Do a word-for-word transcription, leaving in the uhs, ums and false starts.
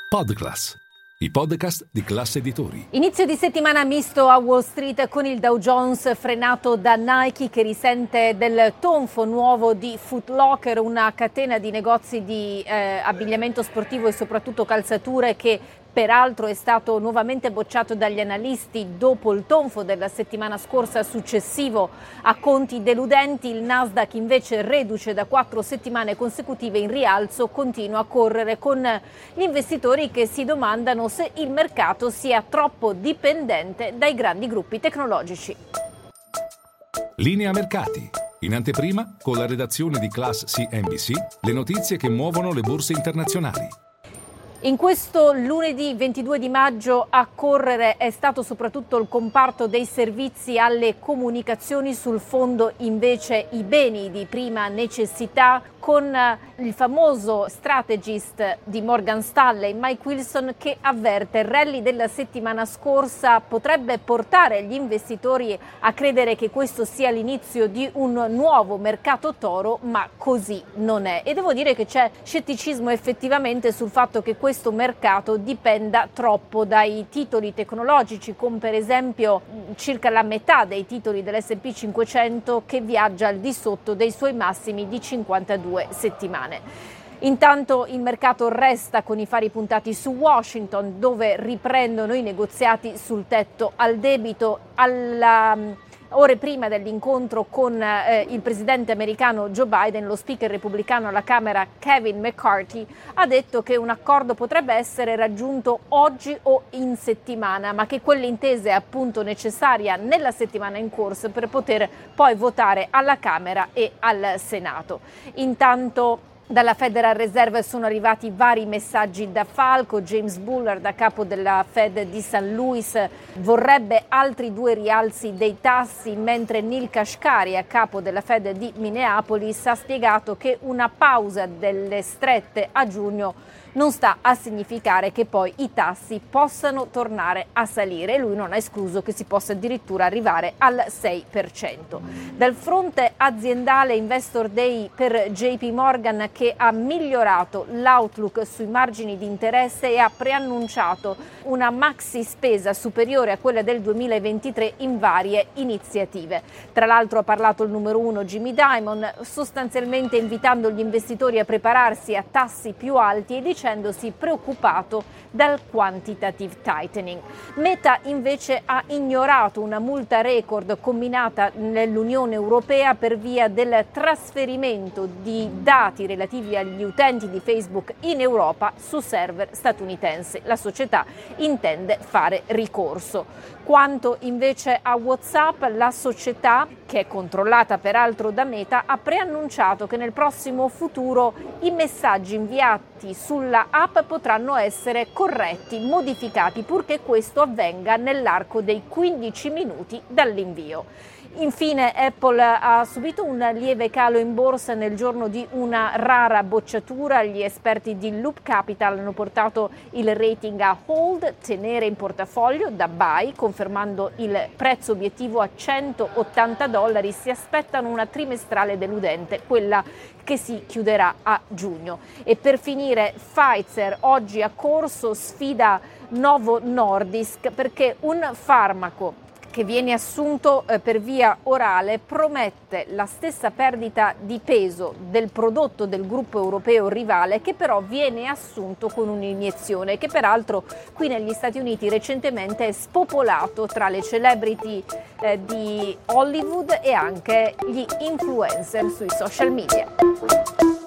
Podclass, i podcast di Class Editori. Inizio di settimana misto a Wall Street con il Dow Jones frenato da Nike che risente del tonfo nuovo di Foot Locker, una catena di negozi di eh, abbigliamento sportivo e soprattutto calzature che peraltro è stato nuovamente bocciato dagli analisti dopo il tonfo della settimana scorsa successivo a conti deludenti. Il Nasdaq invece, reduce da quattro settimane consecutive in rialzo, continua a correre con gli investitori che si domandano se il mercato sia troppo dipendente dai grandi gruppi tecnologici. Linea mercati. In anteprima, con la redazione di Class C N B C, le notizie che muovono le borse internazionali. In questo lunedì ventidue di maggio a correre è stato soprattutto il comparto dei servizi alle comunicazioni, sul fondo invece i beni di prima necessità, con il famoso strategist di Morgan Stanley, Mike Wilson, che avverte: il rally della settimana scorsa potrebbe portare gli investitori a credere che questo sia l'inizio di un nuovo mercato toro, ma così non è. E devo dire che c'è scetticismo effettivamente sul fatto che questo mercato dipenda troppo dai titoli tecnologici, con per esempio circa la metà dei titoli dell'esse and pi cinquecento che viaggia al di sotto dei suoi massimi di cinquantadue settimane. Intanto il mercato resta con i fari puntati su Washington, dove riprendono i negoziati sul tetto al debito. Alla Ore prima dell'incontro con eh, il presidente americano Joe Biden, lo speaker repubblicano alla Camera Kevin McCarthy ha detto che un accordo potrebbe essere raggiunto oggi o in settimana, ma che quell'intesa è appunto necessaria nella settimana in corso per poter poi votare alla Camera e al Senato. Intanto dalla Federal Reserve sono arrivati vari messaggi da Falco. James Bullard, da capo della Fed di Saint Louis, vorrebbe altri due rialzi dei tassi, mentre Neil Kashkari, a capo della Fed di Minneapolis, ha spiegato che una pausa delle strette a giugno non sta a significare che poi i tassi possano tornare a salire, e lui non ha escluso che si possa addirittura arrivare al sei per cento. Dal fronte aziendale, Investor Day per J P Morgan, che ha migliorato l'outlook sui margini di interesse e ha preannunciato una maxi spesa superiore a quella del duemilaventitré in varie iniziative. Tra l'altro ha parlato il numero uno Jimmy Dimon, sostanzialmente invitando gli investitori a prepararsi a tassi più alti e dicendosi preoccupato dal quantitative tightening. Meta invece ha ignorato una multa record combinata nell'Unione Europea per via del trasferimento di dati relativi agli utenti di Facebook in Europa su server statunitensi. La società intende fare ricorso. Quanto invece a WhatsApp, la società, che è controllata peraltro da Meta, ha preannunciato che nel prossimo futuro i messaggi inviati sulla app potranno essere corretti, modificati, purché questo avvenga nell'arco dei quindici minuti dall'invio. Infine Apple ha subito un lieve calo in borsa nel giorno di una rara bocciatura. Gli esperti di Loop Capital hanno portato il rating a hold, tenere in portafoglio, da buy, confermando il prezzo obiettivo a centottanta dollari. Si aspettano una trimestrale deludente, quella che si chiuderà a giugno. E per finire, Pfizer oggi ha corso, sfida Novo Nordisk, perché un farmaco che viene assunto eh, per via orale promette la stessa perdita di peso del prodotto del gruppo europeo rivale, che però viene assunto con un'iniezione, che peraltro qui negli Stati Uniti recentemente è spopolato tra le celebrity eh, di Hollywood e anche gli influencer sui social media.